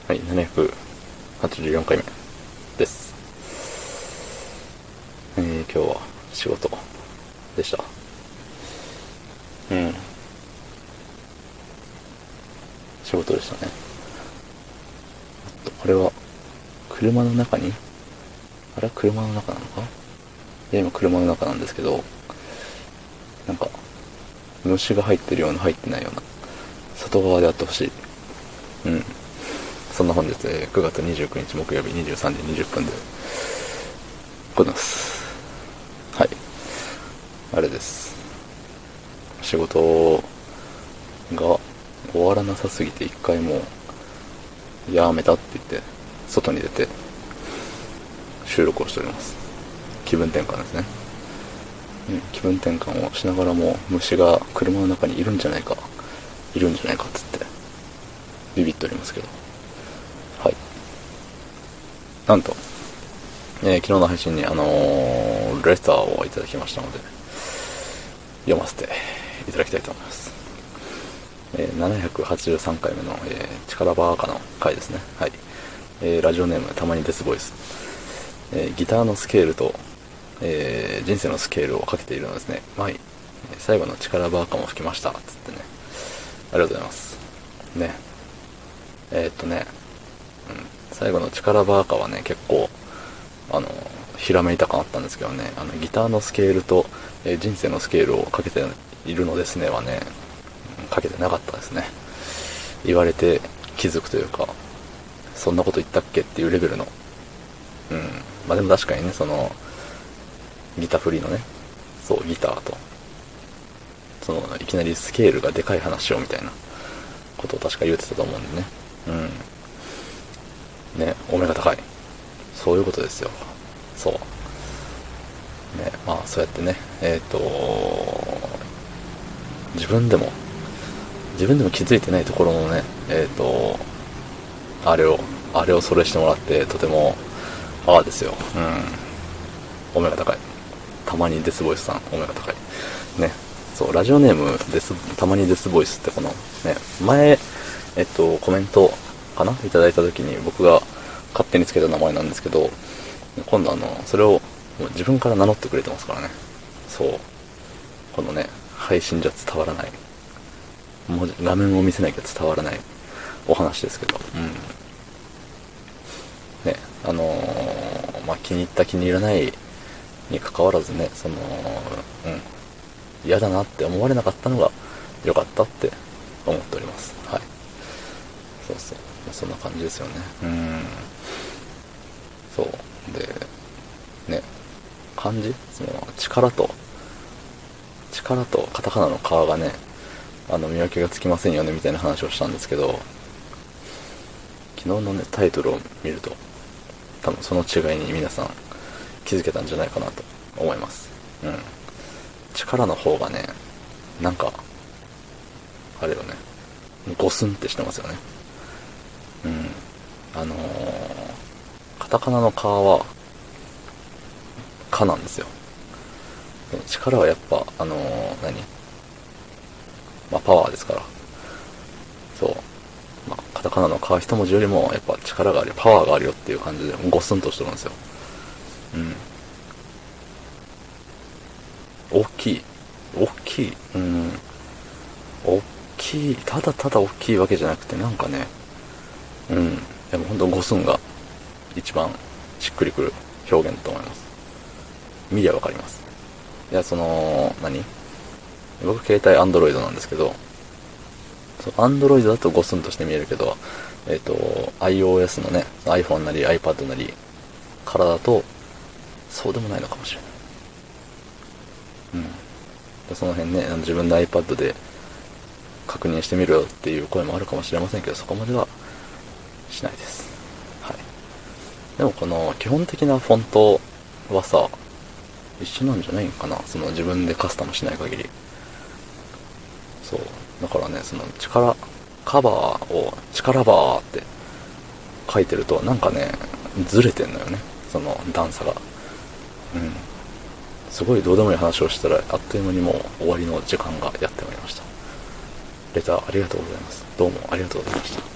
はい、784回目です。今日は仕事でした。仕事でしたね。これは、車の中にあれは車の中なのか。いや、今車の中なんですけど、なんか、虫が入ってるような入ってないような、外側であってほしい。そんな本日、9月29日木曜日23時20分でございます。はい。あれです。仕事が終わらなさすぎて一回もうやめたって言って外に出て収録をしております。気分転換ですね。気分転換をしながらも虫が車の中にいるんじゃないかっつってビビっておりますけど、はい。なんと、昨日の配信にレターをいただきましたので読ませていただきたいと思います。783回目の、力バーカの回ですね。はい。ラジオネームたまにデスボイス。ギターのスケールと、人生のスケールをかけているのですね。はい。最後の力バーカも吹きました。つってね。ありがとうございます。ね。最後の力バーカはね、結構、ひらめいた感あったんですけどね、ギターのスケールと、人生のスケールをかけているのですねはね、かけてなかったですね。言われて気づくというか、そんなこと言ったっけっていうレベルの。まあでも確かにね、その、ギターフリーのね、そう、ギターと、その、いきなりスケールがでかい話をみたいなことを確か言ってたと思うんでね。ね、お目が高い。そういうことですよ。そう。ね、まあそうやってね、自分でも気づいてないところのね、あれをそれしてもらって、とても、ですよ。お目が高い。たまにデスボイスさん、お目が高い。ね。そう、ラジオネームたまにデスボイスってこの、ね、前、コメントかないただいた時に僕が勝手につけた名前なんですけど、今度それを自分から名乗ってくれてますからね。そう。このね、配信じゃ伝わらない。画面を見せなきゃ伝わらないお話ですけど。ね、まあ、気に入った気に入らないに関わらずね、その、嫌だなって思われなかったのが良かったって思っております。はい。そうそう。そんな感じですよね。そう。で、ね、漢字その、力とカタカナの川がね、見分けがつきませんよねみたいな話をしたんですけど、昨日のね、タイトルを見ると、多分その違いに皆さん気づけたんじゃないかなと思います。力の方がね、なんか、あれよね、ゴスンってしてますよね。カタカナのカは、カなんですよ。力はやっぱ、まあ、パワーですから。そう。まあ、カタカナのカ一文字よりも、やっぱ力があるよ、パワーがあるよっていう感じで、ゴスンとしてるんですよ。大きい。大きい。ただただ大きいわけじゃなくて、なんかね、でも本当ゴスンが一番しっくりくる表現だと思います。見りゃわかります。いや、僕携帯アンドロイドなんですけど、アンドロイドだとゴスンとして見えるけど、iOS のね、iPhone なり iPad なりからだと、そうでもないのかもしれない。でその辺ね、自分で iPad で確認してみるよっていう声もあるかもしれませんけど、そこまではしないです。はい。でもこの基本的なフォントはさ、一緒なんじゃないんかな、その自分でカスタムしない限り。そう。だからね、そのカバーを力バーって書いてると、なんかね、ずれてんのよね。その段差が。すごいどうでもいい話をしたら、あっという間にもう終わりの時間がやってまいりました。レターありがとうございます。どうもありがとうございました。